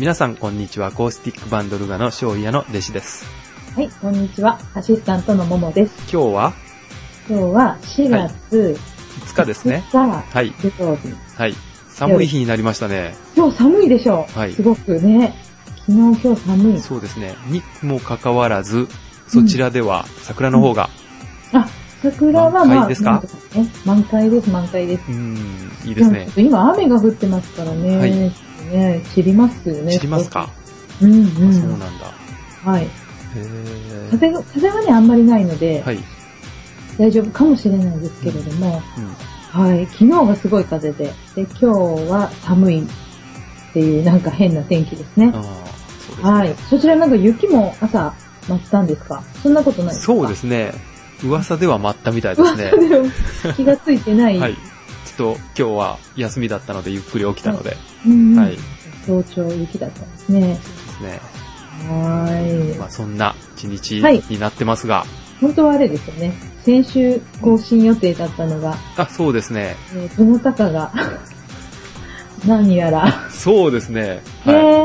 皆さんこんにちは。アコースティックバンドルガの翔也の弟子です。 はい、こんにちは。アシスタントのももです。 今日は 4月 5日ですね。 はい。土曜日。 はい。寒い日になりましたね。 今日寒いでしょう。はい。すごくね。昨日今日寒い。 そうですね。にもかかわらず、そちらでは桜の方が、 桜は満開ですか？ 満開です、満開です。 いいですね。 今雨が降ってますからね。はい。ね、散りますよね。 散りますか？ そうなんだ。はい。風はね、あんまりないので、はい、大丈夫かもしれないですけれども、はい。昨日がすごい風で、今日は寒いっていうなんか変な天気ですね。そうですね。はい。そちらなんか雪も朝舞ったんですか？そんなことないですか？ そうですね。噂では舞ったみたいですね。 気がついてない。 はい。ちょっと今日は休みだったのでゆっくり起きたので。 はい。早朝雪だったんですね。 そうですね。はい。まあそんな一日になってますが。 本当はあれですよね。先週更新予定だったのが。 そうですね。 どのたかが何やら。 そうですね。はい。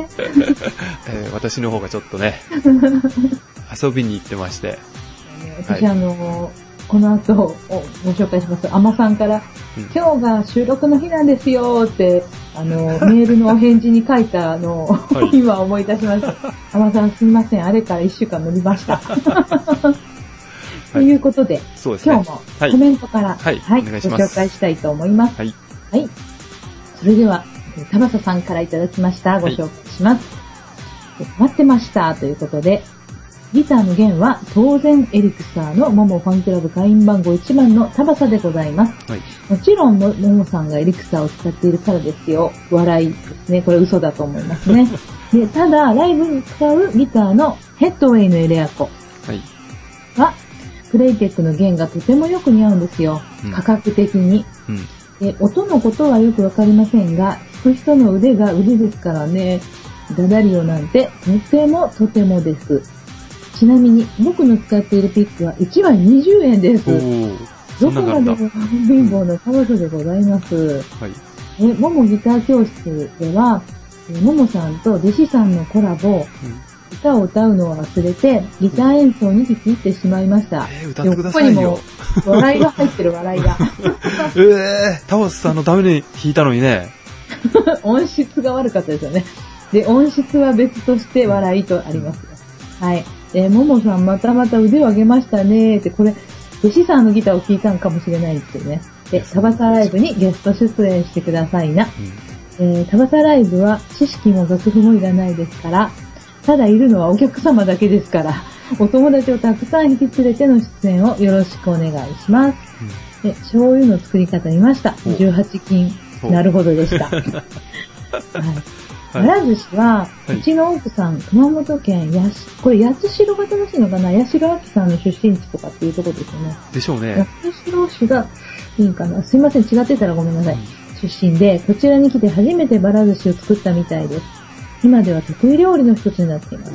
私の方がちょっとね、遊びに行ってまして。 私この後ご紹介します。アマさんから、今日が収録の日なんですよって、メールのお返事に書いたのを、今思い出しました。アマさんすみません、あれから1週間乗りました。ということで、今日もコメントから、ご紹介したいと思います。はい。それでは、田畑さんからいただきました。ご紹介します。待ってましたということで、ギターの弦は当然エリクサーのモモファンクラブ会員番号1番の田畑でございます。もちろんモモさんがエリクサーを使っているからですよ。笑いですね。これ嘘だと思いますね。でただ、ライブに使うギターのヘッドウェイのエレアコは、プレイテックの弦がとてもよく似合うんですよ。価格的に。で音のことはよくわかりませんが、弾く人の腕が腕ですからね。ダダリオなんてとてもです。ちなみに僕の使っているピックは1枚20円です。どこまでも貧乏な田畑でございます。モモギター教室では、モモさんと弟子さんのコラボ、歌を歌うのを忘れて、ギター演奏に聞き入ってしまいました。 歌ってくださいよ。 ここにも笑いが入ってる、笑いが。 田畑さんのために弾いたのにね。 音質が悪かったですよね。で、音質は別として笑いとあります。はい。ももさんまたまた腕を上げましたねって、これ、弟子さんのギターを聴いたんかもしれないんですけどね。で、田畑ライブにゲスト出演してくださいな。田畑ライブは知識も楽譜もいらないですから、ただいるのはお客様だけですから、お友達をたくさん引き連れての出演をよろしくお願いします。で、醤油の作り方見ました。18金。なるほどでした。はい。ばら寿司は、うちの奥さん、熊本県これ八代が正しいのかな？八代亜紀さんの出身地とかっていうところですよね。 でしょうね。 八代市がいいかな？すいません、違ってたらごめんなさい。出身で、こちらに来て初めてばら寿司を作ったみたいです。今では得意料理の一つになっています。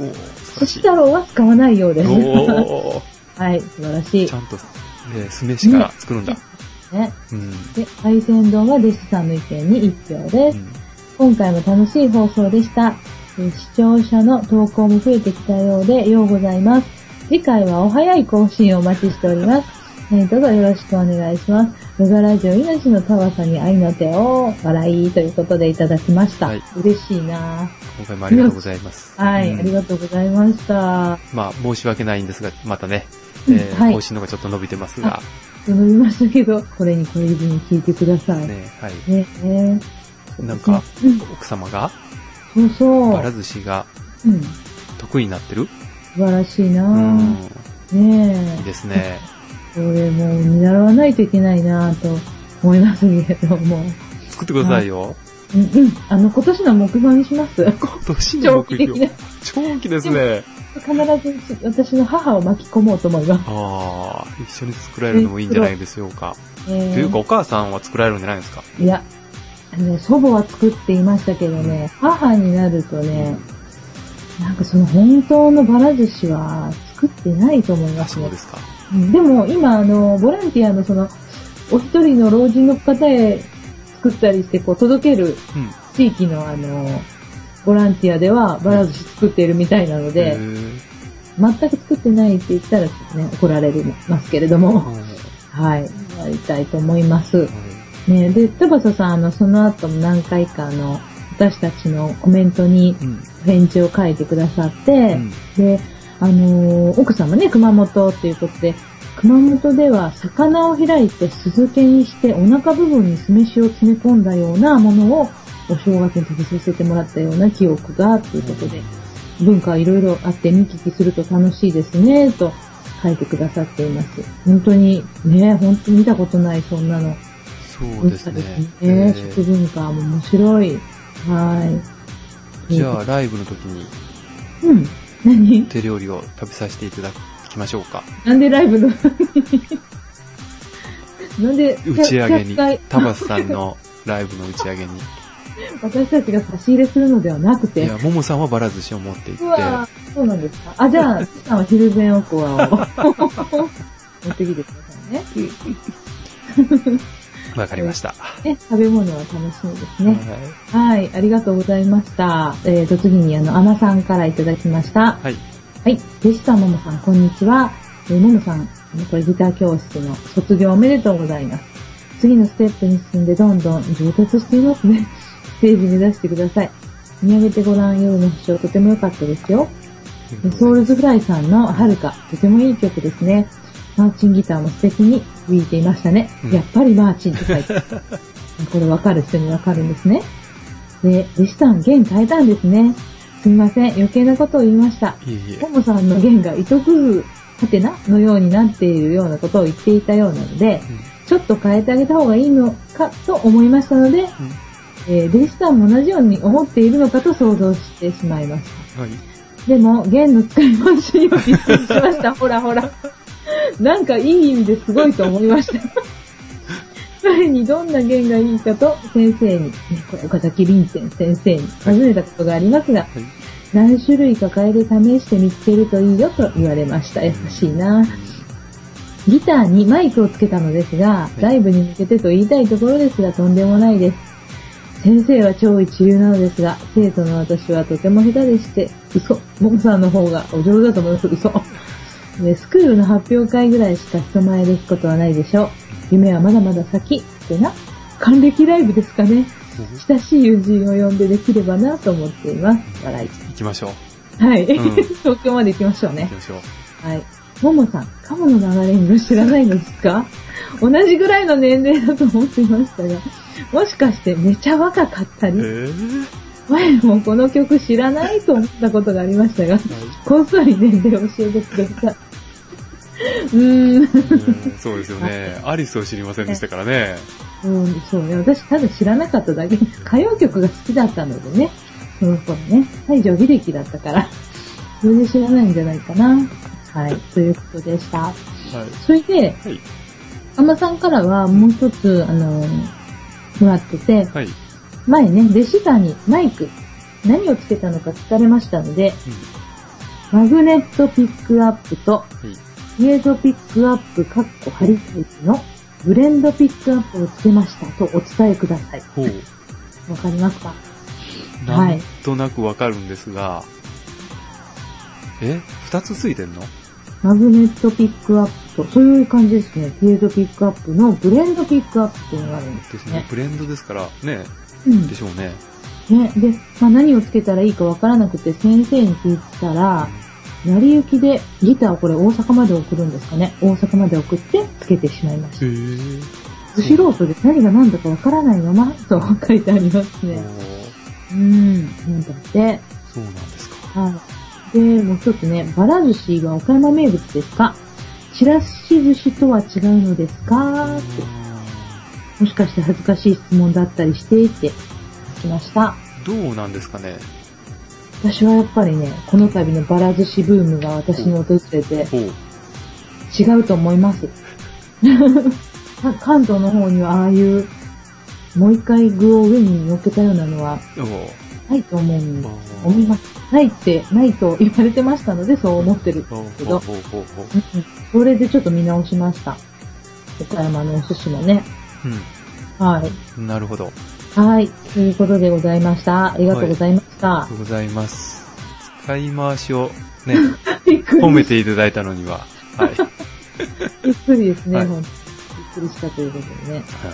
寿司太郎は使わないようです。はい、素晴らしい。 ちゃんと、酢飯から作るんだ。 ね。で、海鮮丼は弟子さんの意見に1票です。今回も楽しい放送でした。視聴者の投稿も増えてきたようでようございます。次回はお早い更新をお待ちしております。どうぞよろしくお願いします。ロガラジオ命の田畑に愛の手を笑いということでいただきました。嬉しいな。 今回もありがとうございます。 はい、ありがとうございました。 まあ、申し訳ないんですが、またね、更新のがちょっと伸びてますが。 伸びましたけど、これにこれずに聞いてください。 はい。なんか、奥様がばら寿司が得意になってる？ 素晴らしいなぁ。 いいですね。 これもう見習わないといけないなぁと思いますけども。 作ってくださいよ。 今年の目標にします。 今年の目標。長期ですね。 必ず私の母を巻き込もうと思います。 一緒に作られるのもいいんじゃないでしょうか。というかお母さんは作られるんじゃないですか？ いや。祖母は作っていましたけどね、母になるとね、なんかその本当のばら寿司は作ってないと思いますね。 そうですか。 でも今ボランティアのお一人の老人の方へ作ったりして届ける地域のボランティアではばら寿司作っているみたいなので、全く作ってないって言ったらちょっとね、怒られますけれども、はい、やりたいと思います。ね、で、田畑さん、その後も何回か私たちのコメントに返事を書いてくださって、で、奥様ね、熊本っていうことで、熊本では魚を開いて酢漬けにしてお腹部分に酢飯を詰め込んだようなものをお正月に食べさせてもらったような記憶がということで、文化いろいろあって見聞きすると楽しいですね、と書いてくださっています。本当にね、本当に見たことないそんなの。 そうですね。 食文化も面白い。はい。 じゃあ、ライブの時に、 何？ 手料理を食べさせていただきましょうか。 なんでライブのなんで打ち上げに、田畑さんのライブの打ち上げに。 私たちが差し入れするのではなくて。 いや、ももさんはばら寿司を持って行って。 うわそうなんですか。あ、じゃあ、さんは昼前おこわを持ってきてくださいね。 わかりました。 食べ物は楽しみですね。はい、ありがとうございました。次にあまさんからいただきました。 はい。 はい。弟子さん、ももさん、こんにちは。ももさん、これギター教室の卒業おめでとうございます。次のステップに進んでどんどん上達していますね。ステージ目指してください。見上げてごらん夜の星をとても良かったですよ。ソウルズフライさんの遥か、とてもいい曲ですね。マーチンギターも素敵に吹いていましたね。やっぱりマーチンって書いてある。これ分かる人に分かるんですね。で、弟子さん、弦変えたんですね。すみません、余計なことを言いました。ももさんの弦が糸くず、はてなのようになっているようなことを言っていたようなので、ちょっと変えてあげた方がいいのかと思いましたので、弟子さんも同じように思っているのかと想像してしまいました。でも、弦の使い回しにはびっくりしました。ほらほら。なんかいい意味ですごいと思いました。前にどんな弦がいいかと先生に、これ岡崎凛先生に尋ねたことがありますが、何種類か変えて試して見つけるといいよと言われました。優しいな。ギターにマイクをつけたのですが、ライブに向けてと言いたいところですがとんでもないです。先生は超一流なのですが、生徒の私はとても下手でして、嘘。ももさんの方がお上手だと思います。嘘。スクールの発表会ぐらいしか人前で弾くことはないでしょう。夢はまだまだ先。ってな。還暦ライブですかね。親しい友人を呼んでできればなと思っています。笑い。 行きましょう。はい。東京まで行きましょうね。 行きましょう。 はい。ももさん、カモの流れに知らないのですか？同じぐらいの年齢だと思っていましたが、もしかしてめちゃ若かったり、前もこの曲知らないと思ったことがありましたが、こっそり年齢を教えてください。 そうですよね。アリスを知りませんでしたからね。 そうね。私ただ知らなかっただけ。歌謡曲が好きだったのでね。その頃ね。西城秀樹だったから。それで知らないんじゃないかな。はい。ということでした。はい。それで、あまさんからはもう一つ、もらってて、前ね、弟子さんにマイク、何をつけたのか聞かれましたので、マグネットピックアップと、イエゾピックアップハリタイプのブレンドピックアップをつけましたとお伝えください。わかりますか？ なんとなくわかるんですが、二つついてんの？ マグネットピックアップと、そういう感じですね。イエゾピックアップのブレンドピックアップっていうのがあるんですね。 ブレンドですからね。でしょうね。 で、何をつけたらいいかわからなくて先生に聞いたら、成り行きでギターをこれ大阪まで送るんですかね。大阪まで送ってつけてしまいました。素人で何が何だかわからないままと書いてありますね。なんだって。 そうなんですか。 で、もう一つね、ばら寿司は岡山名物ですか？ちらし寿司とは違うのですか？って。もしかして恥ずかしい質問だったりしてって聞きました。 どうなんですかね。 私はやっぱりね、この度のばら寿司ブームが私に訪れて、違うと思います。関東の方にはああいう、もう一回具を上に乗っけたようなのは、ないと思います。ないと言われてましたので、そう思ってるんですけど、それでちょっと見直しました。岡山のお寿司もね。 なるほど。 はい。ということでございました。ありがとうございました。 ありがとうございます。使い回しをね、褒めていただいたのには。はい。 ゆっくりですね、はい、ほんと。びっくりしたということでね。はい。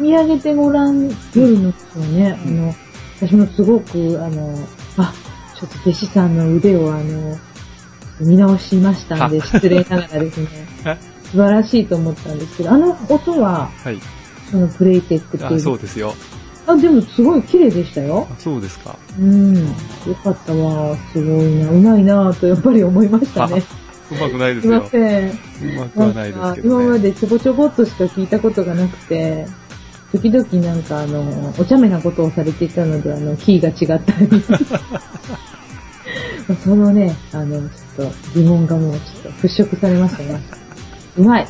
見上げてごらん、夜のですよね。私もすごく、ちょっと弟子さんの腕を見直しましたんで、失礼ながらですね。素晴らしいと思ったんですけど、音は、はい。そのプレイテックっていう。 そうですよ。 でもすごい綺麗でしたよ。 そうですか。 よかったわ。すごいな。うまいなとやっぱり思いましたね。 うまくないですよ。 すいません。 うまくはないですけどね。 今までちょぼちょぼっとしか聞いたことがなくて、時々なんかお茶目なことをされていたので、キーが違ったり。そのね、ちょっと疑問がもうちょっと払拭されましたね。うまい。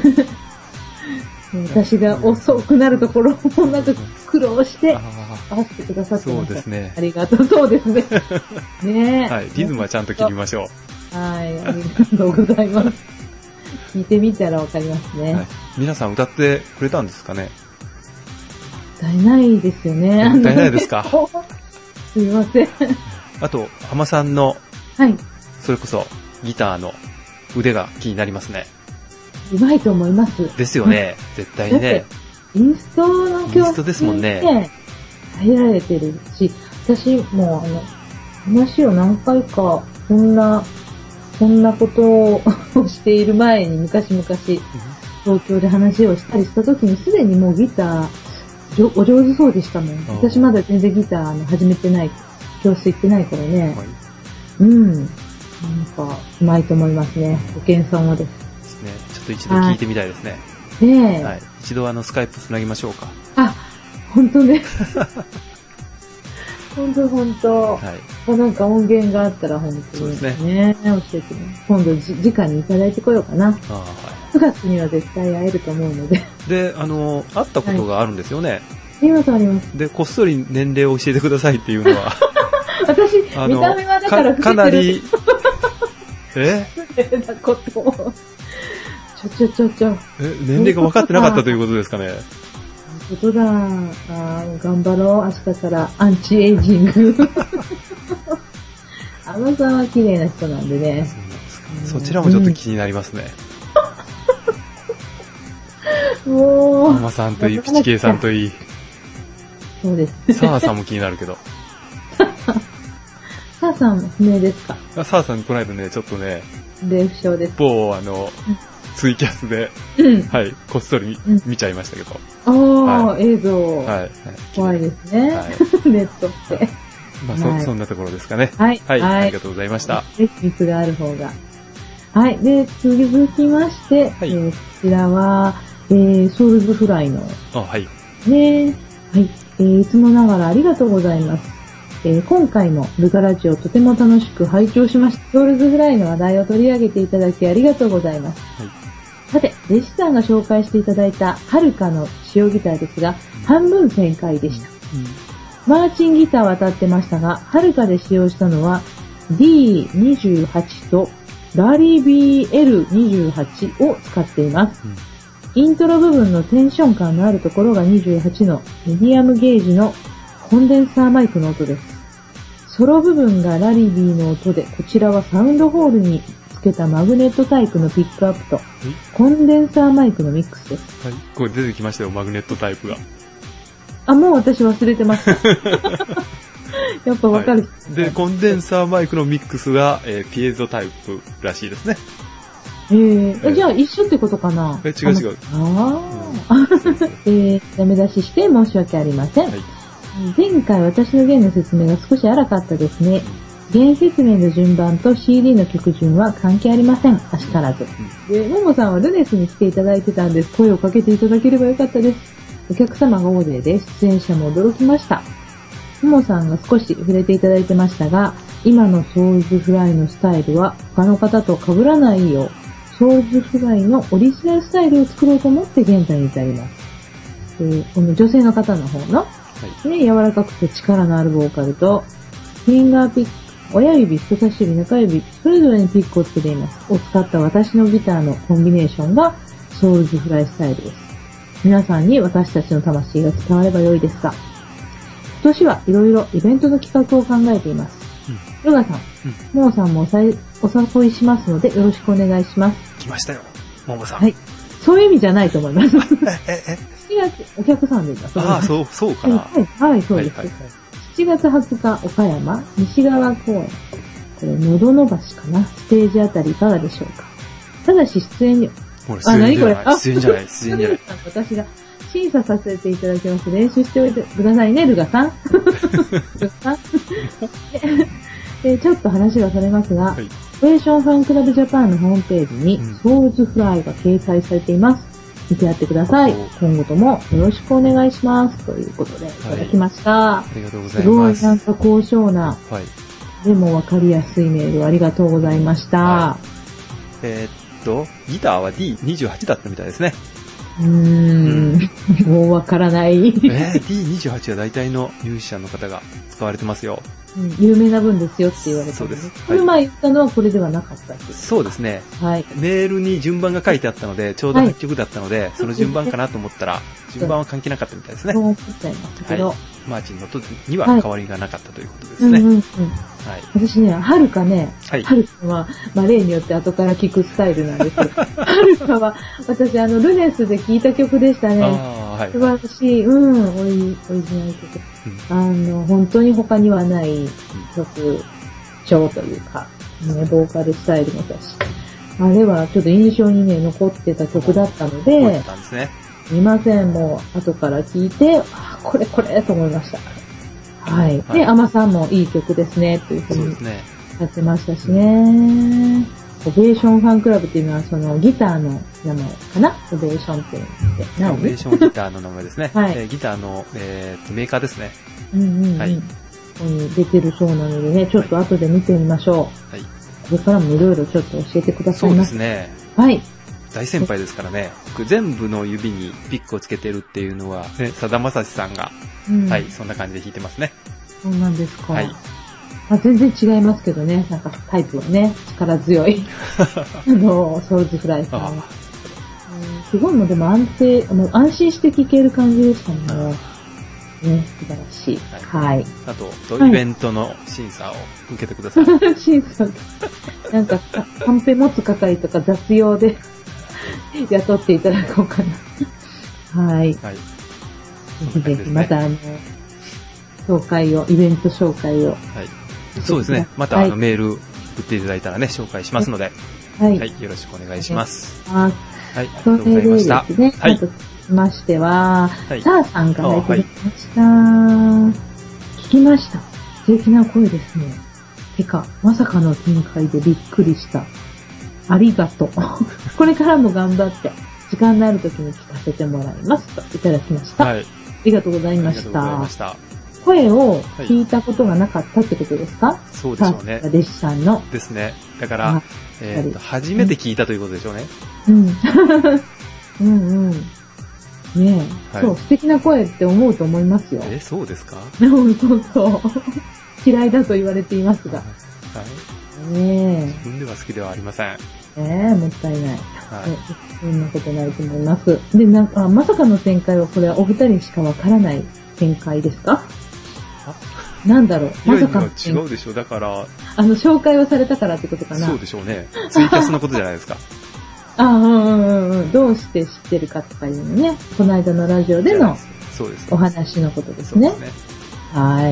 私が遅くなるところもなんか苦労して合わせてくださってます。 そうですね。 ありがとう。そうですね。ねはい。リズムはちゃんと切りましょう。はい。ありがとうございます。聞いてみたらわかりますね。はい。 皆さん歌ってくれたんですかね？ 歌えないですよね。 歌えないですか？ すいません。 あと、浜さんの、 はい。 それこそギターの腕が気になりますね。 うまいと思います。 ですよね。絶対にね。 インストの教室インストですもんね。 入られてるし、私も話を何回か、こんなことをしている前に昔々、東京で話をしたりした時にすでにもうギター、お上手そうでしたもん。私まだ全然ギター始めてない、教室行ってないからね。はい、なんか、うまいと思いますね。ご謙遜をです。 ね、ちょっと一度聞いてみたいですね。 ねえ。 はい。一度スカイプつなぎましょうか。 本当ね。本当。はい。なんか音源があったら本当に。そうですね。教えてね。今度直にいただいてこようかな。はい。9月には絶対会えると思うので。 で、会ったことがあるんですよね。 あります。 で、こっそり年齢を教えてくださいっていうのは。 私、見た目はだからかなり、 失礼なことを。ちょ。 年齢が分かってなかったということですかね。 本当だ。頑張ろう。明日からアンチエイジング。あのさんは綺麗な人なんでね。 そちらもちょっと気になりますね。 もう。 ママさんといい、ピチケイさんといい。 そうです。 サーさんも気になるけど。 サーさんも不明ですか？ サーさんこの間ね、ちょっとね。 霊不詳です。 某ツイキャスで、はい、こっそり見ちゃいましたけど。映像。 はい。 怖いですね。ネットって。 まあ、そんなところですかね。 はい。 ありがとうございました。 秘密がある方が。はい。で、続きまして、こちらは、ソウルズフライの。 はい。 ねはい。いつもながらありがとうございます。今回もルカラジオとても楽しく拝聴しました。ソウルズフライの話題を取り上げていただきありがとうございます。はい。さて、弟子さんが紹介していただいたはるかの使用ギターですが、半分旋回でした。マーチンギターは当たってましたが、はるかで使用したのは D28 とラリー BL28 を使っています。イントロ部分のテンション感のあるところが28のミディアムゲージのコンデンサーマイクの音です。ソロ部分がラリー B の音で、こちらはサウンドホールにつけたマグネットタイプのピックアップと、コンデンサーマイクのミックスです。 はい。これ出てきましたよ、マグネットタイプが。 もう私忘れてました。やっぱわかる、 で、コンデンサーマイクのミックスが、ピエゾタイプらしいですね。 じゃあ一緒ってことかな？ 違う。 ダメ出しして申し訳ありません。はい、前回私の弦の説明が少し荒かったですね。弦説明の順番と CD の曲順は関係ありません。あしからず。で、ももさんはルネスに来ていただいてたんです。声をかけていただければよかったです。お客様が大勢で出演者も驚きました。ももさんが少し触れていただいてましたが、今のソウルズフライのスタイルは他の方と被らないよう、ソウルズフライのオリジナルスタイルを作ろうと思って現在に至ります。この女性の方の方の、柔らかくて力のあるボーカルと、フィンガーピック、親指、人差し指、中指、それぞれにピックをつけています。を使った私のギターのコンビネーションがソウルズフライスタイルです。皆さんに私たちの魂が伝われば良いですが、 今年はいろいろイベントの企画を考えています。ヨガさん、モモさんもお誘いしますのでよろしくお願いします。 来ましたよ、モモさん。 はい。そういう意味じゃないと思います。7月、お客さんでいいか。 ああ、そうかな。 はい、そうです。7月20日、岡山、西側公園。これ、喉伸ばしかな。ステージあたりいかがでしょうか。ただし出演に、 何これ。出演じゃない。 私が審査させていただきます。練習しておいてくださいね、ルガさん。ルガさん。ちょっと話がされますが、オペレーションファンクラブジャパンのホームページに、ソウルズフライが掲載されています。見てやってください。今後ともよろしくお願いします。ということで、いただきました。 ありがとうございます。 すごいなんか高尚な、でもわかりやすいメールありがとうございました。 ギターは D28 だったみたいですね。 もうわからない。 D28 は大体のミュージシャンの方が使われてますよ。 有名な分ですよって言われた。 そうです。 この前言ったのはこれではなかったって。 そうですね。 はい。 メールに順番が書いてあったので、ちょうど8曲だったので、その順番かなと思ったら、順番は関係なかったみたいですね。 そう思っちゃいましたけど。 マーチンの時には変わりがなかったということですね。 私ね、はるかね、はるかは、例によって後から聴くスタイルなんですけど、はるかは、私ルネスで聴いた曲でしたね。素晴らしい、オリジナル曲。本当に他にはない曲調というか、ボーカルスタイルもだし、あれはちょっと印象にね、残ってた曲だったので、すいません、もう後から聴いて、これと思いました。はい。で、アマさんもいい曲ですね、というふうにやってましたしね。オベーションファンクラブっていうのは、そのギターの名前かな？オベーションって言ってオベーションギターの名前ですね。ギターの、メーカーですね。 はい。ここに出てるそうなのでね、ちょっと後で見てみましょう。はい。これからもいろいろちょっと教えてくださいます。そうですね。 はい。 大先輩ですからね。全部の指にピックをつけてるっていうのは、さだまさしさんが、はい、そんな感じで弾いてますね。 そうなんですか。はい。全然違いますけどね。なんかタイプはね、力強い。ソウルズフライさん。すごいもうでも安心して聴ける感じでしたね。ね、素晴らしい。はい。 あと、イベントの審査を受けてください。 審査なんか、カンペ持つ係とか雑用で雇っていただこうかな。はい。はい。ぜひ、またイベント紹介を。はい。 そうですね。またメール送っていただいたらね、紹介しますので。はい。よろしくお願いします。 はい。ありがとうございました。それでですね、はい。しましては、サーさんからいただきました。聞きました。素敵な声ですね。てか、まさかの展開でびっくりした。ありがとう。これからも頑張って、時間のある時に聞かせてもらいますといただきました。はい。ありがとうございました。声を聞いたことがなかったってことですか？ そうでしょうね。 弟子さんの。 ですね。だから、初めて聞いたということでしょうね。 ねえ、そう、素敵な声って思うと思いますよ。 そうですか？ そう。嫌いだと言われていますが。はい。ねえ。 自分では好きではありません。 もったいない。はい。そんなことないと思います。で、まさかの展開は、これはお二人しかわからない展開ですか？なんだろう。まさか違うでしょ。だから。 紹介をされたからってことかな。 そうでしょうね。ツイキャスのことじゃないですか。 どうして知ってるかとかいうのね。この間のラジオでのお話のことですね。はい。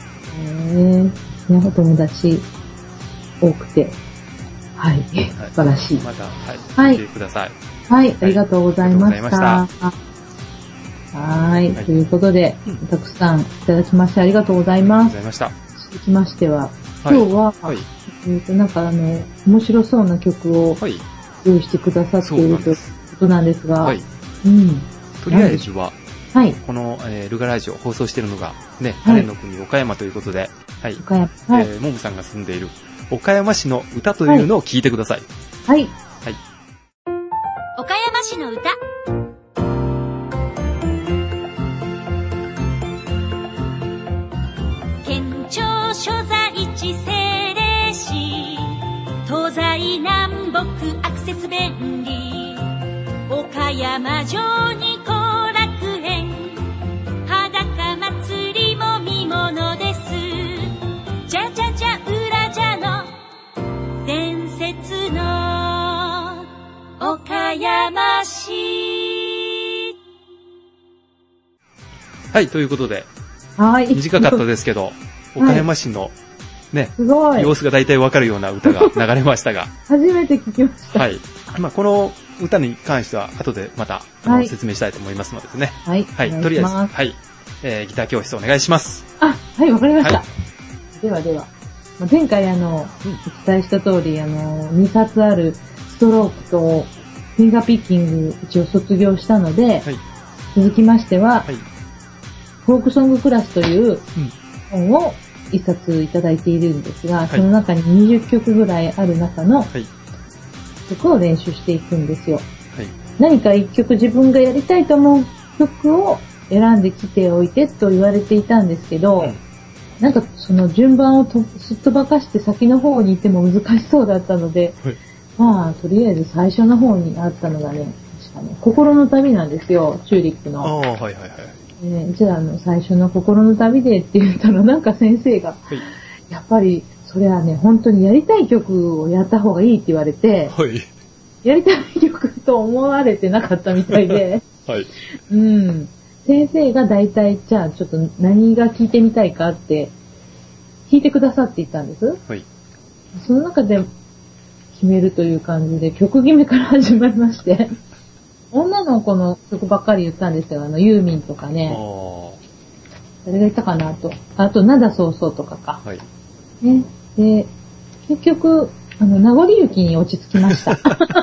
お友達多くて。はい。素晴らしい。 また、はい。聞いてください。 はい。ありがとうございました。はい。ということで、たくさんいただきましてありがとうございます。 ありがとうございました。 続きましては、今日は、なんか面白そうな曲を用意してくださっているということなんですが、 とりあえずは、この、ルガラジオ放送しているのが、ね、晴れの国岡山ということで、 岡山。 ももさんが住んでいる岡山市の歌というのを聞いてください。 はい。 岡山市の歌。県庁所在地政令市、東西南北アクセス便利、岡山城に後楽園、裸祭りも見はい、ということで、 はい。 短かったですけど、岡山市のね、 すごい。 様子が大体わかるような歌が流れましたが。 初めて聞きました。 はい。まあ、この歌に関しては、後でまた、説明したいと思いますのでね。 はい。 はい。とりあえず、はい。ギター教室お願いします。 はい、わかりました。はい、では。前回お伝えした通り、2冊あるストロークとフィンガーピッキング一応卒業したので、はい、続きましては、はい、フォークソングクラスという本を一冊いただいているんですが、その中に20曲ぐらいある中の曲を練習していくんですよ。はい、何か一曲自分がやりたいと思う曲を選んできておいてと言われていたんですけど、なんかその順番をすっ飛ばかして先の方に行っても難しそうだったので、はい、まあとりあえず最初の方にあったのがね、確かね、心の旅なんですよ、チューリップの。 はいはいはい。 じゃあ最初の心の旅でって言ったらなんか先生が、はい、やっぱりそれはね、本当にやりたい曲をやった方がいいって言われて、はい、やりたい曲と思われてなかったみたいで、はい、うん。先生が大体、じゃあちょっと何が聴いてみたいかって弾いてくださっていたんです。はい。その中で決めるという感じで曲決めから始まりまして、女の子の曲ばっかり言ったんですよ。ユーミンとかね。誰が言ったかなと。あと、灘そうそうとかか。はい。ね。で、結局、名残雪に落ち着きました。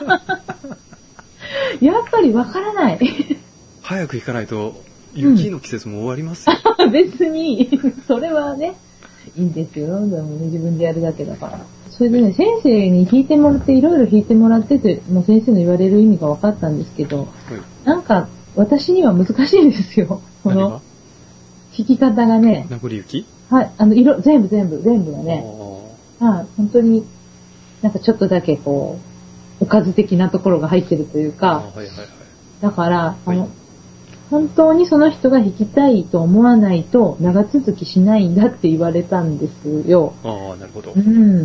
やっぱりわからない。 早く行かないと、雪の季節も終わりますよ。 別に、それはね、いいんですよ。でもね、自分でやるだけだから。それでね、先生に弾いてもらって、いろいろ弾いてもらってて、もう先生の言われる意味が分かったんですけど、はい、なんか、私には難しいんですよ。この、弾き方がね。 名残雪？ はい、全部がね。本当に、なんかちょっとだけこう、おかず的なところが入ってるというか、だから、本当にその人が弾きたいと思わないと長続きしないんだって言われたんですよ。 ああ、なるほど。 うん。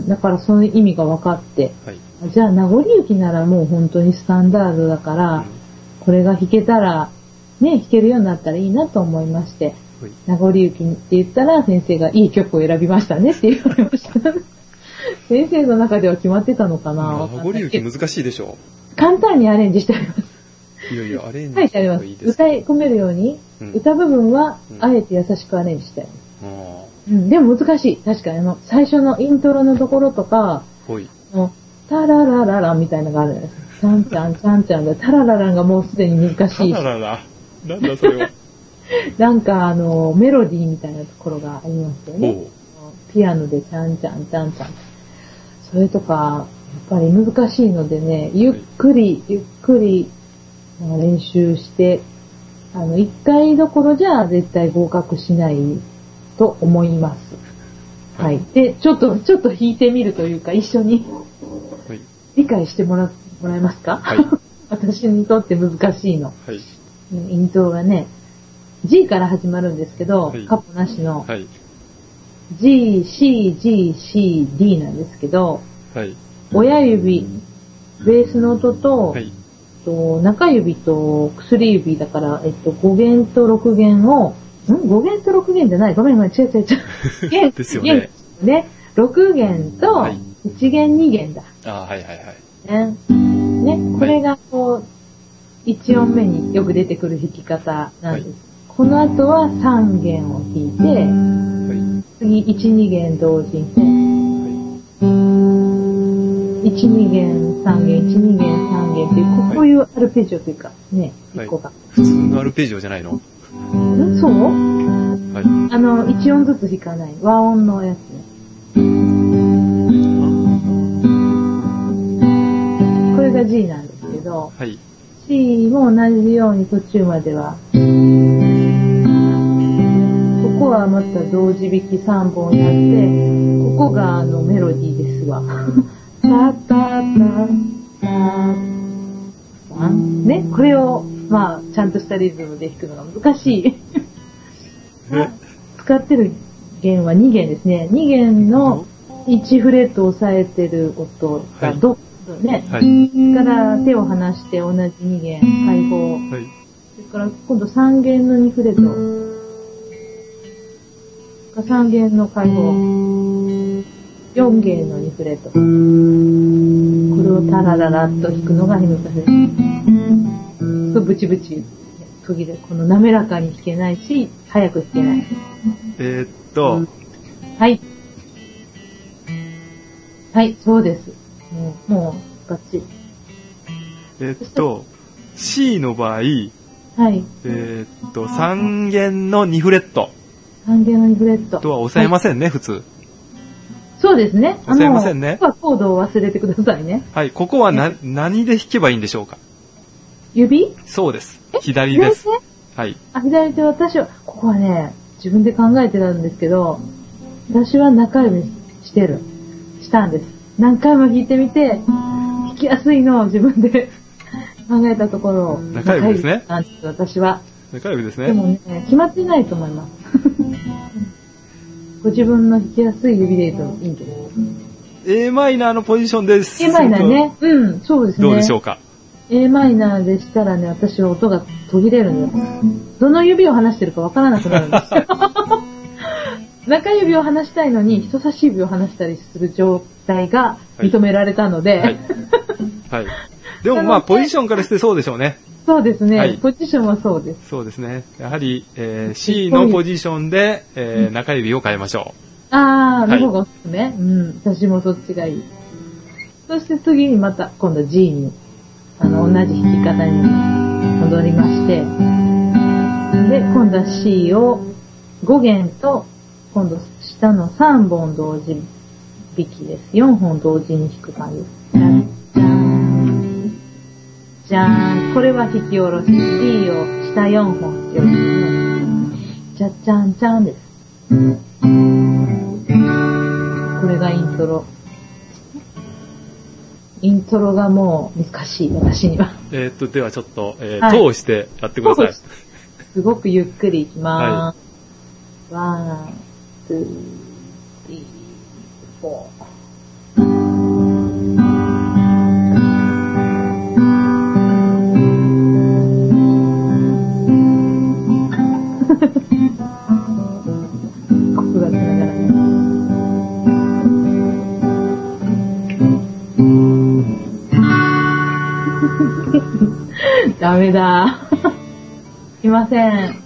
だからその意味が分かって。はい、じゃあ、名残雪ならもう本当にスタンダードだから、これが弾けたら、ね、弾けるようになったらいいなと思いまして、はい、名残雪って言ったら先生がいい曲を選びましたねって言われました。先生の中では決まってたのかな。 名残雪難しいでしょ。 簡単にアレンジしてあります。 いやいや、アレンジしてあります。歌い込めるように、歌部分は、あえて優しくアレンジしてあります。でも難しい。確かに最初のイントロのところとか、タララララみたいなのがあるんです。ちゃんちゃんちゃんちゃんで、タラララがもうすでに難しい。 タラララなんだそれは。 なんかメロディーみたいなところがありますよね。ピアノでちゃんちゃんちゃんちゃん。それとか、やっぱり難しいのでね、ゆっくり、練習して、一回どころじゃ絶対合格しないと思います。はい。で、ちょっと弾いてみるというか、一緒に理解してもらえますか？はい。私にとって難しいの。はい。イントロがね、G から始まるんですけど、はい、カップなしの、はい、G, C, G, C, D なんですけど、はい、親指、ベースの音と、はい、中指と薬指だから、5弦と6弦を、5弦と6弦じゃない。ごめん、違う。 弦ですよね。 ね。6弦と1弦2弦だ。 はい。 ね。これがこう、1音目によく出てくる弾き方なんです。はい、この後は3弦を弾いて、はい、次1、2弦同時にね。1、2弦、3弦、1、2弦、3弦っていう、こういうアルペジオというか、ね、1個が。 普通のアルペジオじゃないの？ そう？はい。1音ずつ弾かない。和音のやつね。これが G なんですけど、はい、C も同じように途中までは、ここはまた同時弾き3本やって、ここがメロディーですわ。タタタタね、これを、まあ、ちゃんとしたリズムで弾くのが難しい。使ってる弦は2弦ですね。2弦の1フレットを押さえてる音がドね。はい、から手を離して同じ2弦、開放。はい、それから今度3弦の2フレット。 3弦の開放。4弦の2フレット。これをタラララっと弾くのがヘムカセ。そう、ブチブチ。途切れ、この滑らかに弾けないし、早く弾けない。はい。はい、そうです。もう、バッチリ。 C の場合、はい。 3 弦の2フレット。 3弦の2フレット。 とは押さえませんね、はい、普通。 そうですね。 押さえませんね。 ここはコードを忘れてくださいね。 はい、ここは何で弾けばいいんでしょうか？ 指？ そうです。左です。はい。 左手私は、ここはね、自分で考えてたんですけど、私は中指したんです。何回も弾いてみて、弾きやすいのを自分で考えたところ、 中指ですね。 なんです、私は。 中指ですね。 でもね、決まってないと思います。ご自分の弾きやすい指でいいといいんです。 A マイナーのポジションです。 A マイナーね。うん、そうですね。 どうでしょうか。 A マイナーでしたらね、私は音が途切れるのよ。どの指を離してるかわからなくなるんですよ。中指を離したいのに人差し指を離したりする状態が認められたので、 はいはい、でもまあポジションからしてそうでしょうね。 そうですね、 はい、 ポジションはそうです。 そうですね。やはり、C のポジションで、中指を変えましょう。あー、の方がおすすめ、うん、私もそっちがいい。そして次にまた今度 G に同じ弾き方に戻りまして、で今度は C を5弦と今度下の3本同時弾きです。4本同時に弾く感じです。じゃんじゃんじゃーん。これは弾き下ろし。D を下4本弾き下ろしね。じゃじゃんじゃんです。これがイントロ。イントロがもう難しい、私には。 ではちょっと、はい、通してやってください。 すごくゆっくりいきまーす。はい、1、2、3、4。ここがつながらない。ダメだ。すいません。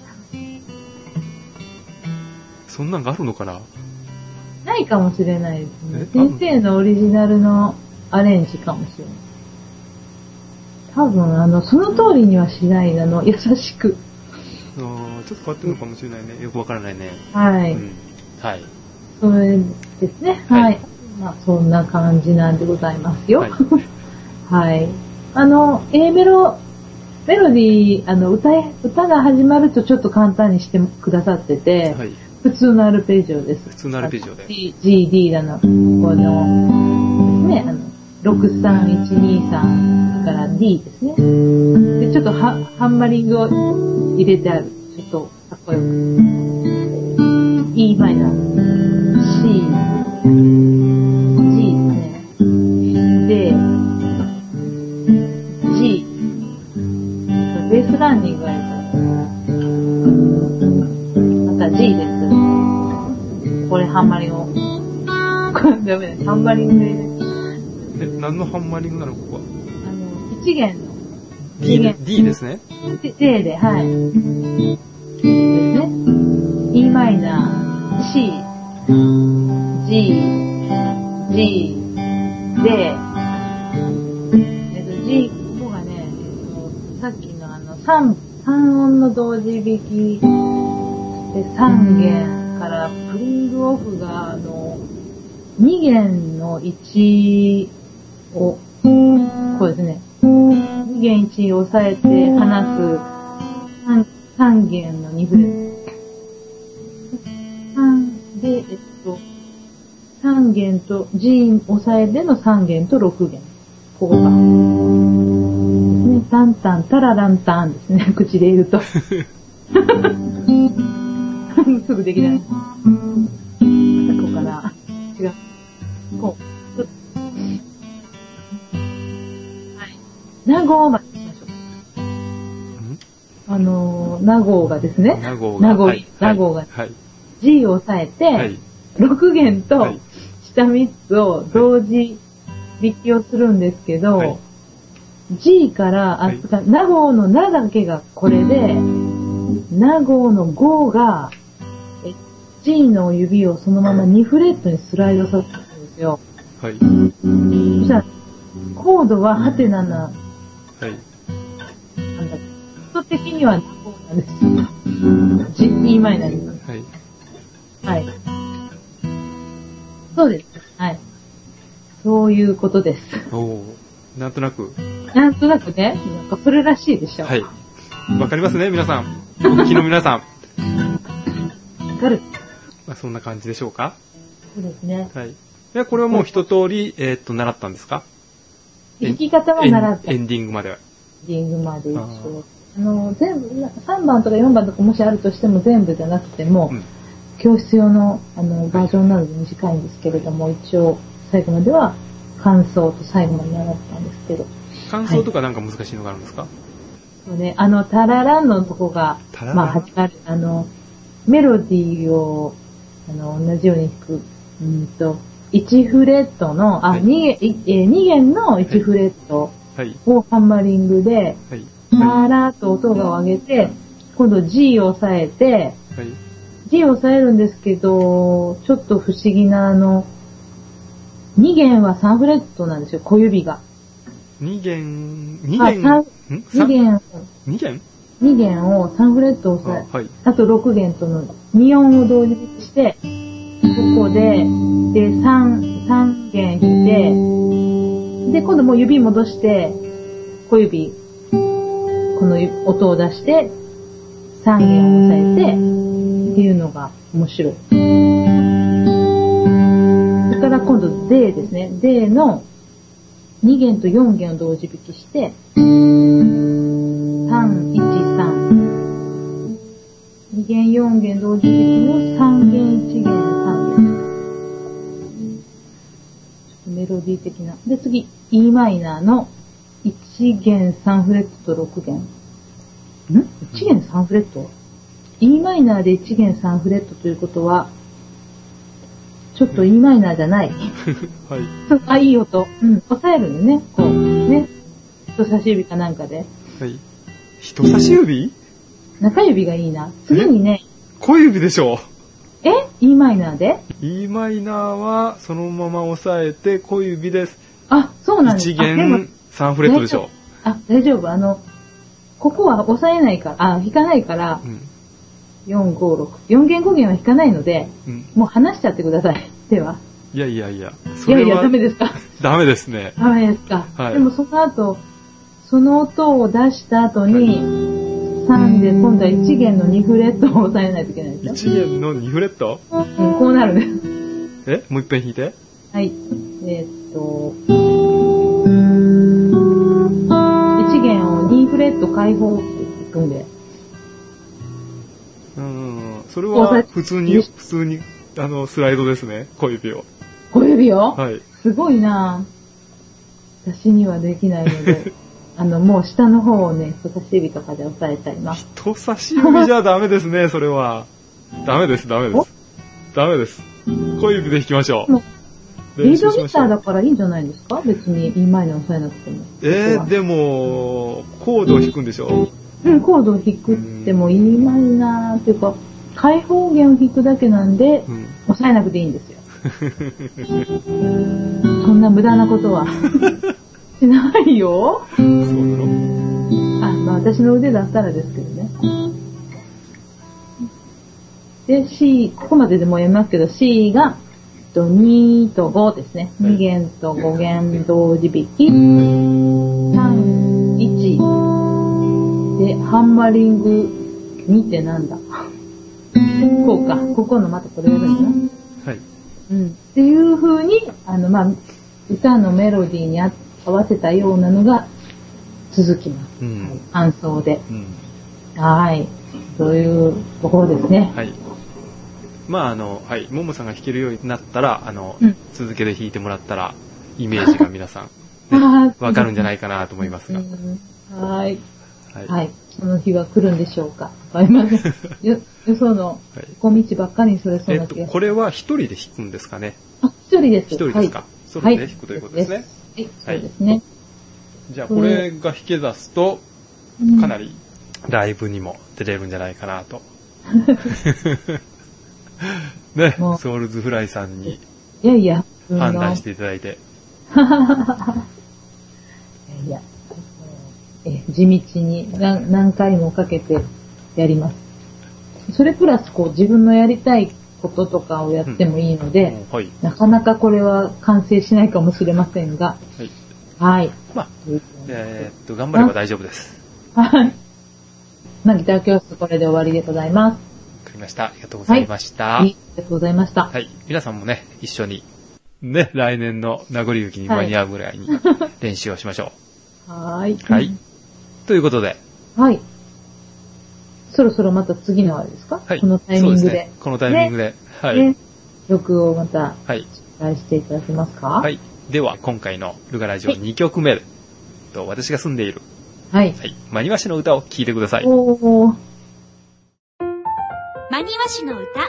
そんなんがあるのかな？ ないかもしれないですね。先生のオリジナルのアレンジかもしれない。多分その通りにはしない優しく。 ちょっと変わってるのかもしれないね。よくわからないね。 はい。 うん、はい。 それですね。はい。はい、まあそんな感じなんでございますよ。はい。はい、A メロディー、歌が始まるとちょっと簡単にしてくださってて、はい、普通のアルペジオです。 普通のアルペジオで。 G、D だの、この、ですね、63123から D ですね。で、ちょっとハンマリングを入れてある。ちょっとかっこよく。E マイナー、C、G ですね。で、G。ベースランニングがあるから。また G です。これハンマリングを。これダメだ。ハンマリングで。 何のハンマリングなのここは 1弦の。 D ですね。 D で、はい。ですね。E マイナー、C、G、G、で、G、ここがね、さっきの3音の同時弾きで3弦からプリングオフが2弦の1を、こうですね。2弦1を押さえて離す3弦の2フレット。3で、3弦と G 押さえての3弦と6弦。ここが。ですね。タンタン、タラランタンですね。口で言うと。すぐできない。ここから。違う。こう。名号まで行きましょう。名号がですね。 名号が。 名号が。 はい。 G を押さえて、はい、6弦と下3つを同時弾きをするんですけど、はい、G から、はい、ナ号のナだけがこれで、ナ号の5が、G の指をそのまま2フレットにスライドさせるんですよ。はい。そしたら、コードはハテナな、はい。なんだっけ、音的にはナ号なんですよ。G マイナーになる。はい。はい。そうです。はい。そういうことです。 おー、なんとなく。 なんとなくね、なんかそれらしいでしょ。 はい。わかりますね、皆さん。お聞きの皆さん。 わかる。 まあ、そんな感じでしょうか。 そうですね。 はい。で、これはもう一通り、習ったんですか？ 弾き方は習った。 エンディングまでは。 エンディングまで一応。全部、3番とか4番とかもしあるとしても全部じゃなくても、うん、教室用の、バージョンなので短いんですけれども、一応、最後までは、感想と最後まで習ったんですけど。 感想とかなんか難しいのがあるんですか？はい、 そうね、タラランのとこが、まあ、始まる、メロディーを、同じように弾く、1フレットの、2弦の1フレットをハンマリングで、タラーと音が上げて、今度 G を押さえて、G を押さえるんですけど、ちょっと不思議な2弦は3フレットなんですよ、小指が。 2弦を3フレット押さえ、はい、あと6弦との2音を同時にして、ここで、3弦弾いて、で、今度もう指戻して、小指、この音を出して、3弦を押さえて、っていうのが面白い。それから今度 D ですね。D の2弦と4弦を同時弾きして、3、1、3。2弦、4弦同時弾きの3弦、1弦、3弦。メロディー的な。で、次、E マイナーの1弦3フレットと6弦。1弦3フレット ?E マイナーで1弦3フレットということは、ちょっと E マイナーじゃない。はい。いい音。押さえるのね。こう、ね。人差し指かなんかで。 はい。人差し指？ 中指がいいな。次にね。 小指でしょ。 E マイナーで ？E マイナーはそのまま押さえて小指です。 あ、そうなんです。 1弦3フレットでしょ。 大丈夫。ここは押さえないから、弾かないから、4、5、6。4弦5弦は弾かないので、もう離しちゃってください。では。 いや。 それはダメですか？ ダメですね。 ダメですか。はい。でもその後、その音を出した後に、3で今度は1弦の2フレットを押さえないといけないんですよ。 1弦の2フレット？ こうなるね。 もう一遍弾いて。 はい。1弦を2フレット開放って弾くんで。 それは普通にスライドですね。小指を。 小指を？ はい。 すごいなぁ。私にはできないので。もう下の方をね、人差し指とかで押さえちゃいます。 人差し指じゃダメですね、それは。ダメです。ダメです。小指で弾きましょう。 リードギターだからいいんじゃないですか？別に E マイナー押さえなくても。 でも、コードを弾くんでしょ？ コードを弾くっても E マイナーっていうか、開放弦を弾くだけなんで、押さえなくていいんですよ。そんな無駄なことは。しないよ。 そうなの？ 私の腕だったらですけどね。で、C、ここまででも読みますけど、C が、2と5ですね。2弦と5弦同時弾き。3、1。で、ハンマリング2ってなんだ？こうか。ここのまたこれやるんだな。 はい。 っていう風に、歌のメロディーに合わせたようなのが続きます。伴奏で。はい。そういうところですね。 はい。はい。ももさんが弾けるようになったら、続けて弾いてもらったら、イメージが皆さん、わかるんじゃないかなと思いますが。 はい。 はい。はい。その日は来るんでしょうか。わかりません。よその小道ばっかりにそれそうな気がする。 これは一人で弾くんですかね。 あ、一人です。 一人ですか。はい、ソロで弾くということですね。 はい。そうですね。 じゃあこれが弾け出すと、かなりライブにも出れるんじゃないかなと。ね、ソウルズフライさんに判断していただいて。 いや、地道に何回もかけてやります。それプラスこう自分のやりたいこととかをやってもいいので、はい、なかなかこれは完成しないかもしれませんが、はい。はい。 まあ、頑張れば大丈夫です。 はい。まあ、ギター教室これで終わりでございます。 わかりました。ありがとうございました。 はい、ありがとうございました。 はい。皆さんもね、一緒に、ね、来年の名残雪に間に合うぐらいに練習をしましょう。はい。 はい。ということで。 はい。そろそろまた次のあれですか？はい。このタイミングで。そうですね。 このタイミングで。ね、はい。 ね。曲をまた、はい。紹介していただけますか？ はい。では、今回のルガラジオ2曲目で、私が住んでいる。 はい。 はい。真庭市の歌を聴いてください。 おー。 真庭市の歌。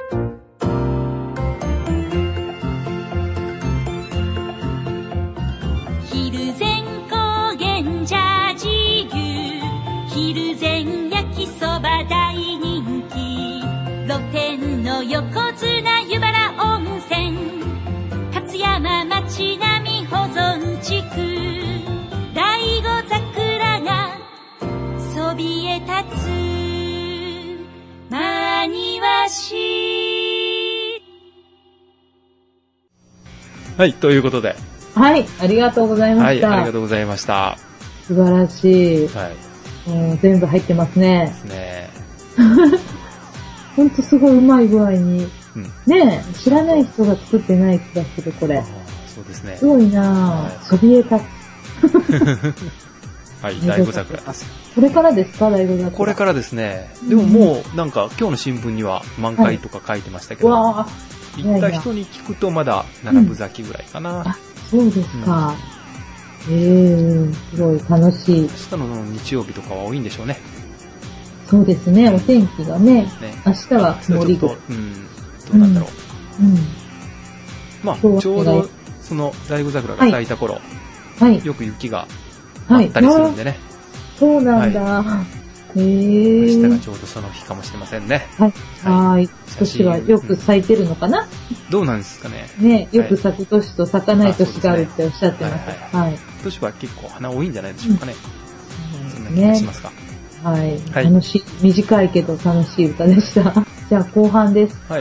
蒜高原ジャージ牛蒜焼きそば大人気露天の横綱湯原温泉勝山町並み保存地区醍醐桜がそびえ立つ真庭市。 はい、ということではい、ありがとうございました。 はい、ありがとうございました。 素晴らしい。はい。全部入ってますね。 ですね。 ほんとすごい上手い具合に。うん、ねえ、知らない人が作ってない気がする、これ。 そうですね。 すごいなぁ。そびえ立つ。 はい、醍醐桜ですよ。 これからですか、醍醐桜。 これからですね。でももう、なんか、今日の新聞には満開とか書いてましたけど。 わぁ。行った人に聞くとまだ7分咲きぐらいかな。 そうですか。すごい楽しい。 明日の日曜日とかは多いんでしょうね。 そうですね、お天気がね。明日は曇りぐらい。 どうなんだろう。まあ、ちょうど、その、醍醐桜が咲いた頃、よく雪があったりするんでね。 そうなんだ。 明日がちょうどその日かもしれませんね。 はい。年はよく咲いてるのかな？ どうなんですかね。 ね、よく咲く年と咲かない年があるっておっしゃってます。はい。 今年は結構花多いんじゃないでしょうかね。そんな気がしますか。 はい。楽しい、短いけど楽しい歌でした。じゃあ後半です。 はい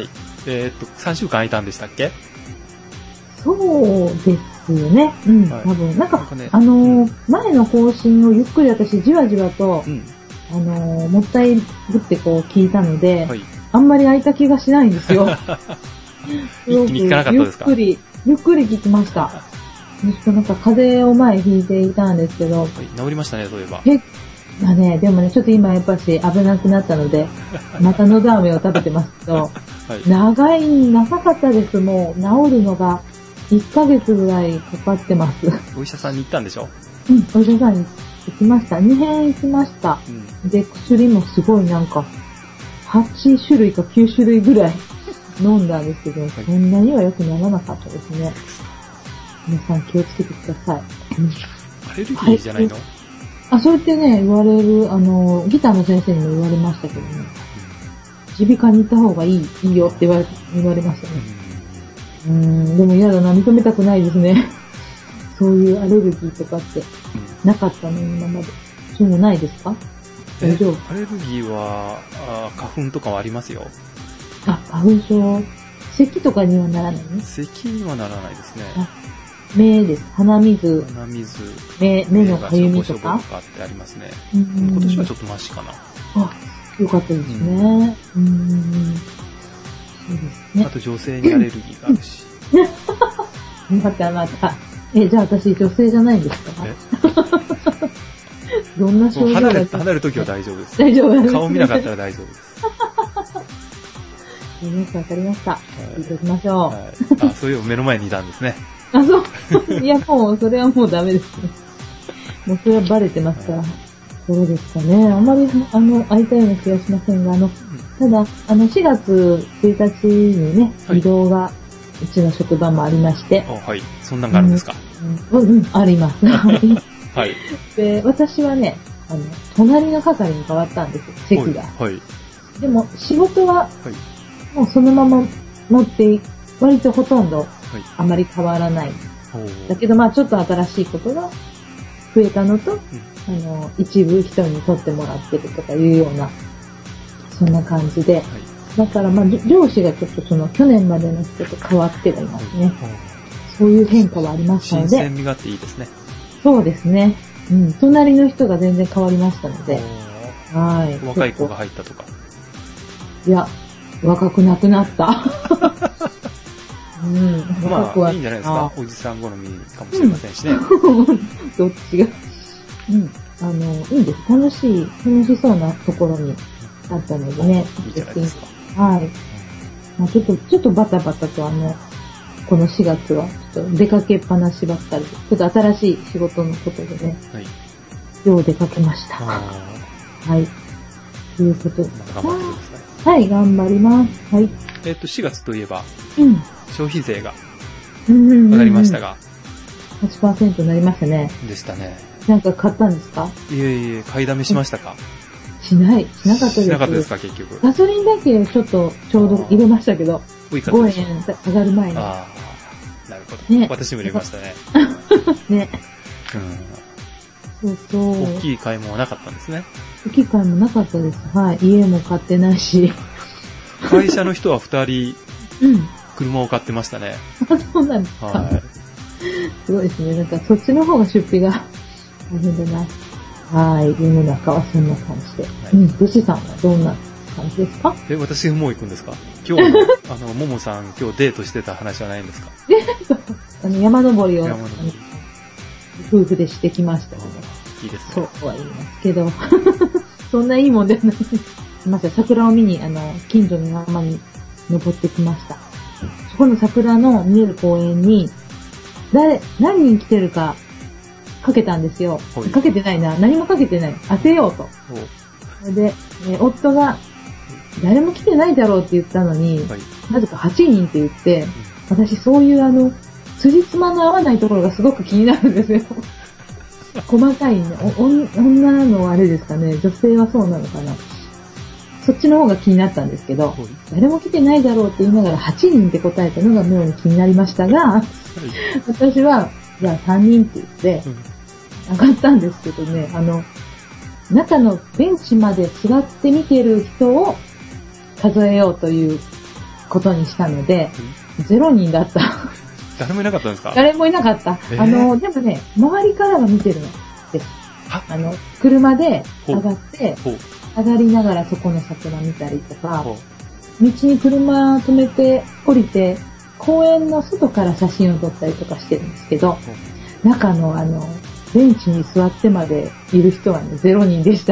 。3週間空いたんでしたっけ？ そうですよね。多分。なんか、前の更新をゆっくり私じわじわと、もったいぶってこう聞いたので、あんまり空いた気がしないんですよ。 一気に聞かなかったですか？ ゆっくり聞きました。なんか風邪を前ひいていたんですけど。 治りましたね、そういえば。 でもね、ちょっと今やっぱし危なくなったので、またのど飴を食べてますけど、長かったです。もう治るのが1ヶ月ぐらいかかってます。 お医者さんに行ったんでしょ？ お医者さんに行きました。2遍行きました。で、薬もすごいなんか、8種類か9種類ぐらい飲んだんですけど、そんなには良くならなかったですね。皆さん気をつけてください。 アレルギーじゃないの？ そうやってね、言われる、ギターの先生にも言われましたけどね。耳鼻科に行った方がいいよって言われましたね。でも嫌だな、認めたくないですね。そういうアレルギーとかってなかったの、今まで。そういうのないですか？大丈夫？ アレルギーは、花粉とかはありますよ。 花粉症。咳とかにはならないね。 咳にはならないですね。 目です。鼻水。目のかゆみとか。 しょぼしょぼとかってありますね。今年はちょっとマシかな。 よかったですね。そうですね。 あと女性にアレルギーがあるし。 また。じゃあ私女性じゃないんですか？どんな症状が離るときは大丈夫です。 大丈夫です。 顔見なかったら大丈夫です。 わかりました。聞いておきましょう。そういう目の前にいたんですね。 そう。いや、もう、それはもうダメですね。もうそれはバレてますから。 そうですかね。あんまり、会いたいような気がしませんが、ただ、4月1日にね、移動が、うちの職場もありまして。 はい。そんなんがあるんですか？ あります。はい。で、私はね、隣の係に変わったんですよ、席が。はい。でも、仕事は、もうそのまま持って、割とほとんど、あまり変わらない。だけど、まあちょっと新しいことが増えたのと、一部人に取ってもらってるとかいうような、そんな感じで。だから、まあ上司がちょっと去年までの人と変わってはいますね。そういう変化はありましたので。 新鮮味があっていいですね。 そうですね。うん。隣の人が全然変わりましたので。はい。 若い子が入ったとか。 いや、若くなくなった。 うん。まあ、いいんじゃないですか。おじさん好みかもしれませんしね。 どっちが。うん。いいです。楽しそうなところにあったのでね。 いいじゃないですか。 はい。まあ、ちょっとバタバタとこの4月は、ちょっと出かけっぱなしばっかりで、ちょっと新しい仕事のことでね。はい。よう出かけました。はい。ということで。 頑張ってください。 はい、頑張ります。はい。 4月といえば、消費税が上がりましたが。 8% になりましたね。 でしたね。 なんか買ったんですか？ いえ、買いだめしましたか？ しなかったです。 しなかったですか、結局。 ガソリンだけちょうど入れましたけど、5円上がる前に。 ああ、なるほど。ね、私も入れましたね。 ね。そう。 大きい買い物はなかったんですね。 大きい買い物なかったです。はい。家も買ってないし。 会社の人は2人、車を買ってましたね。 そうなんですか。はい。すごいですね。なんかそっちの方が出費が大変だな。はい。世の中はそんな感じで。ブシさんはどんな感じですか？ 私がもう行くんですか？今日の、ももさん、今日デートしてた話はないんですか？ デート山登りを、夫婦でしてきましたので。 いいですね。 そうは言いますけど、そんないいもんではない。まず桜を見に、近所の山に登ってきました。そこの桜の見える公園に、何人来てるか、かけたんですよ。かけてないな。何もかけてない。当てようと。で、夫が、誰も来てないだろうって言ったのに、なぜか8人って言って、私そういう辻褄の合わないところがすごく気になるんですよ。細かいね。女のあれですかね。女性はそうなのかな。そっちの方が気になったんですけど、誰も来てないだろうって言いながら8人って答えたのが妙に気になりましたが、私は、じゃあ3人って言って、上がったんですけどね、中のベンチまで座って見てる人を数えようということにしたので、0人だった。 誰もいなかったんですか？ 誰もいなかった。でもね、周りからは見てるのです。車で上がって、上がりながらそこの桜見たりとか、道に車止めて降りて、公園の外から写真を撮ったりとかしてるんですけど、中のベンチに座ってまでいる人はね、0人でした。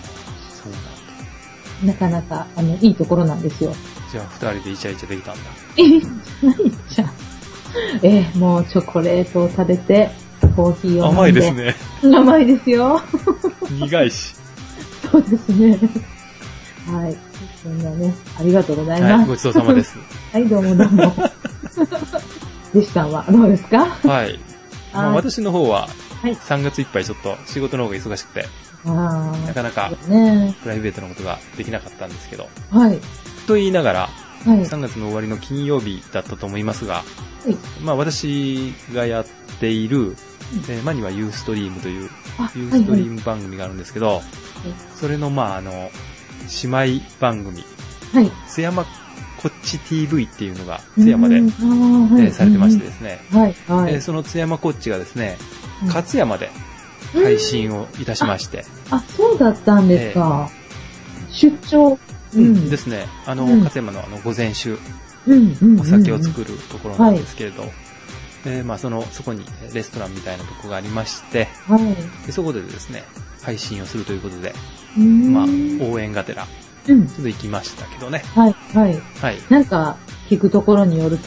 なかなか、いいところなんですよ。 じゃあ、2人でイチャイチャできたんだ。 何じゃもうチョコレートを食べて、コーヒーを飲んで。 甘いですね。 甘いですよ。 苦いし。 そうですね。はい。そんなね、ありがとうございます。 はい、ごちそうさまです。 はい、どうもどうも。弟子さんはどうですか？ はい。私の方は、3月いっぱいちょっと仕事の方が忙しくて、なかなかプライベートのことができなかったんですけど、 はい。 と言いながら、3月の終わりの金曜日だったと思いますが、まあ私がやっている、マニはユーストリームというユーストリーム番組があるんですけど、それの姉妹番組、津山こっち TV っていうのが津山で、されてましてですね、その津山こっちがですね、勝山で配信をいたしまして、 そうだったんですか。出張ですね。勝山の午前酒、お酒を作るところなんですけれど、そこにレストランみたいなところがありまして、そこでですね、配信をするということで、応援がてら、ちょっと行きましたけどね。 なんか、聞くところによると、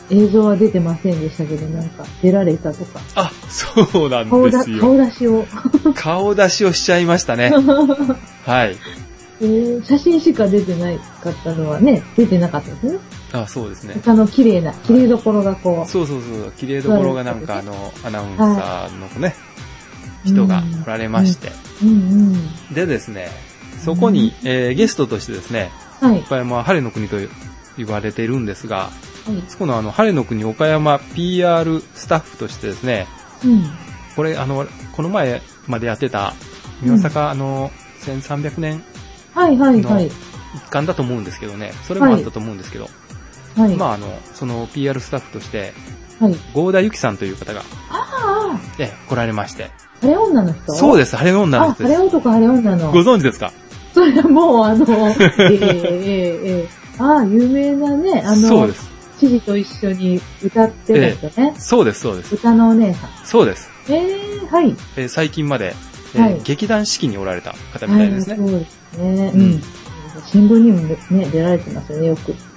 映像は出てませんでしたけど、なんか出られたとか。 あ、そうなんですよ。 顔出しを。 顔出しをしちゃいましたね。はい。 写真しか出てないかったのはね、出てなかったですね。 あ、そうですね。 他の綺麗どころがこう。 そうそうそう、綺麗どころがなんかアナウンサーのね、人が来られまして。でですね、そこに、ゲストとしてですね、岡山は晴れの国と言われているんですが、そこの晴れの国岡山 PR スタッフとしてですね、これこの前までやってた、宮坂1300年の一環だと思うんですけどね、それもあったと思うんですけど、まあその PR スタッフとして、郷田由紀さんという方が、来られまして。 晴れ女の人？ そうです、晴れ女の人です。 晴れ男、晴れ女の。 ご存知ですか？ それはもう有名なね、 そうです。 知事と一緒に歌ってた人ね。 そうです、そうです。 歌のお姉さん。 そうです。 はい。 最近まで、劇団四季におられた方みたいですね。 そうですね。新聞にもね、出られてますよね、よく。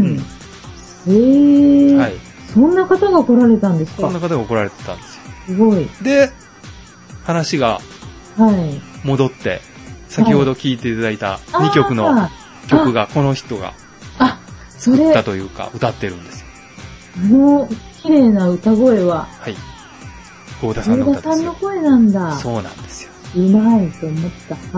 そんな方が来られたんですか？ そんな方が来られてたんですよ。 すごい。 で、話が、戻って、先ほど聴いていただいた2曲の曲が、この人が、作ったというか、歌ってるんですよ。綺麗な歌声は、 郷田さんの歌ですよ。 郷田さんの声なんだ。 そうなんですよ。 うまいと思った。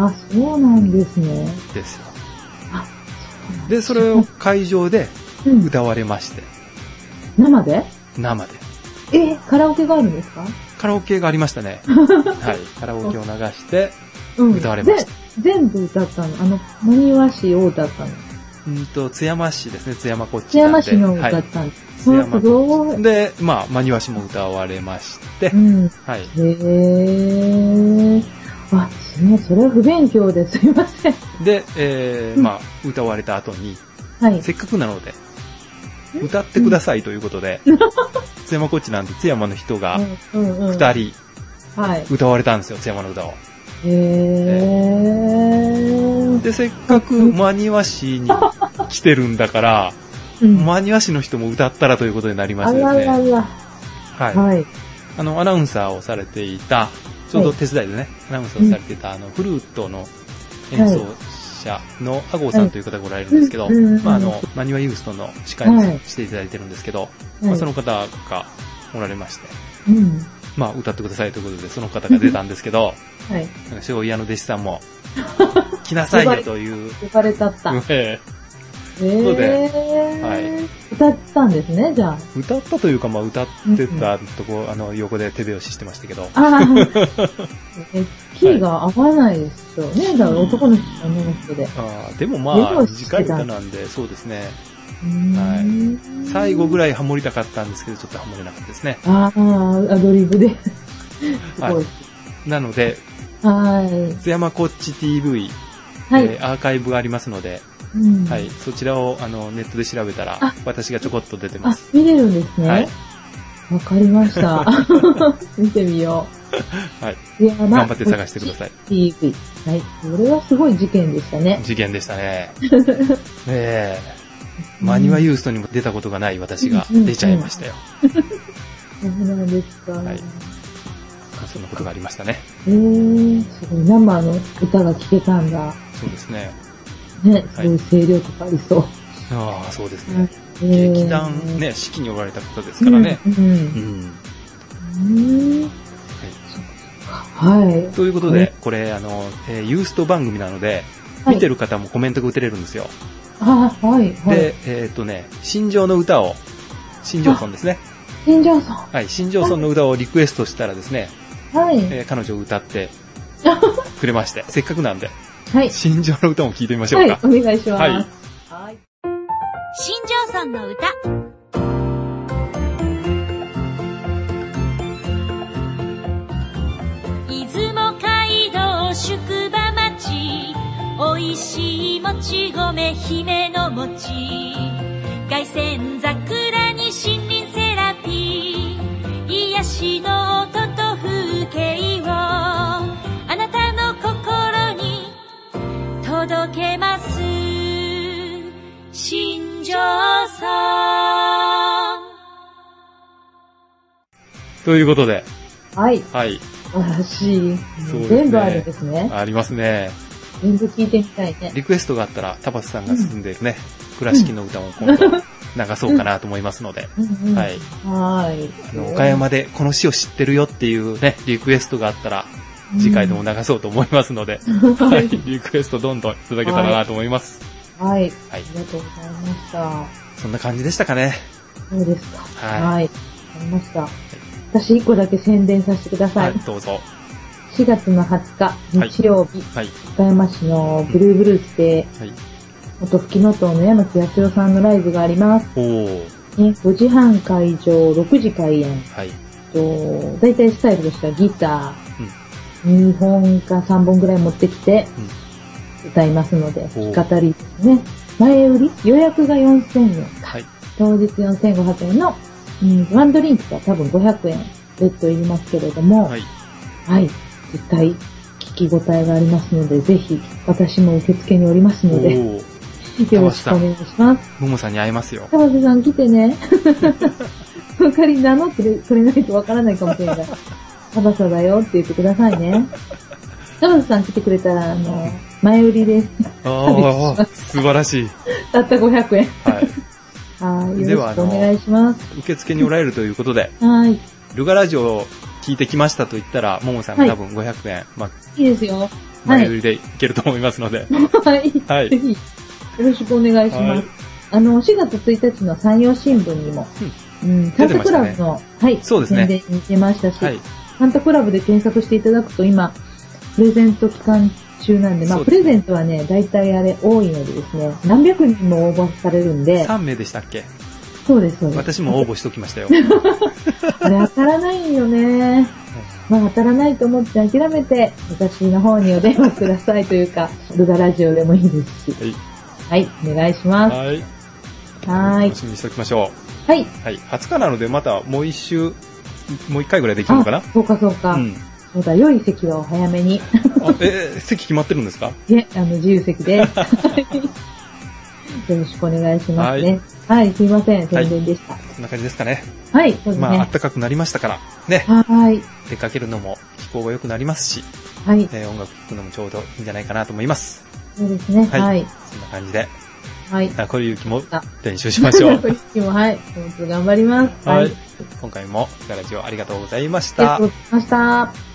そうなんですね。 ですよ。で、それを会場で歌われまして。 生で？ 生で。 カラオケがあるんですか？ カラオケがありましたね。はい。カラオケを流して歌われました。 全部歌ったの？真庭市を歌ったの？ 津山市ですね。津山こっち。 津山市の歌ったんです。 津山で、真庭市も歌われまして。はい。 それは不勉強ですいません。 で、歌われた後に、せっかくなので、歌ってくださいということで、津山こっちなんで津山の人が2人歌われたんですよ、津山の歌を。で、せっかく真庭市に来てるんだから、真庭市の人も歌ったらということになりましてですね。はい。アナウンサーをされていた、ちょうど手伝いでね、アナウンサーをされていた、フルートの演奏者の阿郷さんという方がおられるんですけど、真庭ユーストの司会にしていただいてるんですけど、その方がおられまして、歌ってくださいということで、その方が出たんですけど、庄屋の弟子さんも、来なさいよという。 呼ばれたった。歌ったんですね、じゃあ。 歌ったというか、歌ってたとこ、横で手拍子してましたけど。 キーが合わないですよね。だから男の人、女の人で。 でも短い歌なんで、そうですね。最後ぐらいハモりたかったんですけど、ちょっとハモれなかったですね。 アドリブで。 なので、津山こっち TV、アーカイブがありますので、そちらをネットで調べたら、私がちょこっと出てます。 見れるんですね。わかりました。見てみよう。頑張って探してください。 TV。これはすごい事件でしたね。 事件でしたね。真庭ユーストにも出たことがない私が出ちゃいましたよ。 そうなんですか。 そんなことがありましたね。 すごい。生の歌が聴けたんだ。 そうですね。 すごい声量とかありそう。 そうですね。劇団ね、四季におられた方ですからね。ということで、これ、ユースト番組なので、見てる方もコメントが打てれるんですよ。で、新庄の歌を、新庄村ですね。 新庄村。 新庄村の歌をリクエストしたらですね、彼女歌ってくれまして、せっかくなんで、新庄の歌も聴いてみましょうか。 お願いします。 新庄村の歌。出雲街道宿場町、おいしいもち米姫の餅、凱旋桜に森林セラピー、癒しの音と風景をあなたの心に届けます。新庄村。 ということで。 はい。 はい。 素晴らしい。 そうですね。 全部あるんですね。 ありますね。 全部聞いてみたいね。 リクエストがあったら、タバスさんが住んでいるね、倉敷の歌を今度流そうかなと思いますので。はい。 はい。 岡山でこの詩を知ってるよっていうね、リクエストがあったら、次回でも流そうと思いますので、はい。リクエストどんどんいただけたらなと思います。 はい。はい。ありがとうございました。 そんな感じでしたかね。 そうですか。 はい。 わかりました。私1個だけ宣伝させてください。 はい、どうぞ。 4月の20日、日曜日、岡山市のブルーブルースで、元吹きの塔の山津康代さんのライブがあります。5時半会場、6時開演。だいたいスタイルとしてはギター、2本か3本ぐらい持ってきて、歌いますので、弾き語りですね。前売り予約が4000円か。当日4500円の、ワンドリンクが多分500円別途いりますけれども、はい。絶対聞き応えがありますので、ぜひ私も受付におりますので、よろしくお願いします。 ももさんに会えますよ。 田畑さん来てね。仮に名乗ってくれないとわからないかもしれない。田畑だよって言ってくださいね。田畑さん来てくれたら、前売りです。 素晴らしい。 たった500円。 はい。 よろしくお願いします。 受付におられるということで、 はい。 ルガラジオを聞いてきましたと言ったら、ももさんが多分500円、 いいですよ。 前売りでいけると思いますので。 はい。はい。ぜひ、よろしくお願いします。4月1日の山陽新聞にも、サンタクラブの、 そうですね。 宣伝に出ましたし、サンタクラブで検索していただくと今、プレゼント期間中なんで、プレゼントはね、大体あれ多いのでですね、何百人も応募されるんで。 3名でしたっけ？ そうです、そうです。 私も応募しときましたよ。 あれ当たらないよね。当たらないと思って諦めて、私の方にお電話くださいというか、ルガラジオでもいいですし。はい、お願いします。 楽しみにしておきましょう。はい。 20日なのでまたもう一回ぐらいできるのかな？ そうか。そうだ、良い席はお早めに。 席決まってるんですか？ いえ、自由席です。よろしくお願いしますね。はい、すいません、宣伝でした。 そんな感じですかね。 はい、そうですね。 暖かくなりましたから、ね。 はい。 出かけるのも気候が良くなりますし、 はい。 音楽聴くのもちょうどいいんじゃないかなと思います。 そうですね。はい。 そんな感じで。 はい。 こゆきも練習しましょう。 こゆきも、はい。頑張ります。 はい。今回もガラジオありがとうございました。 ありがとうございました。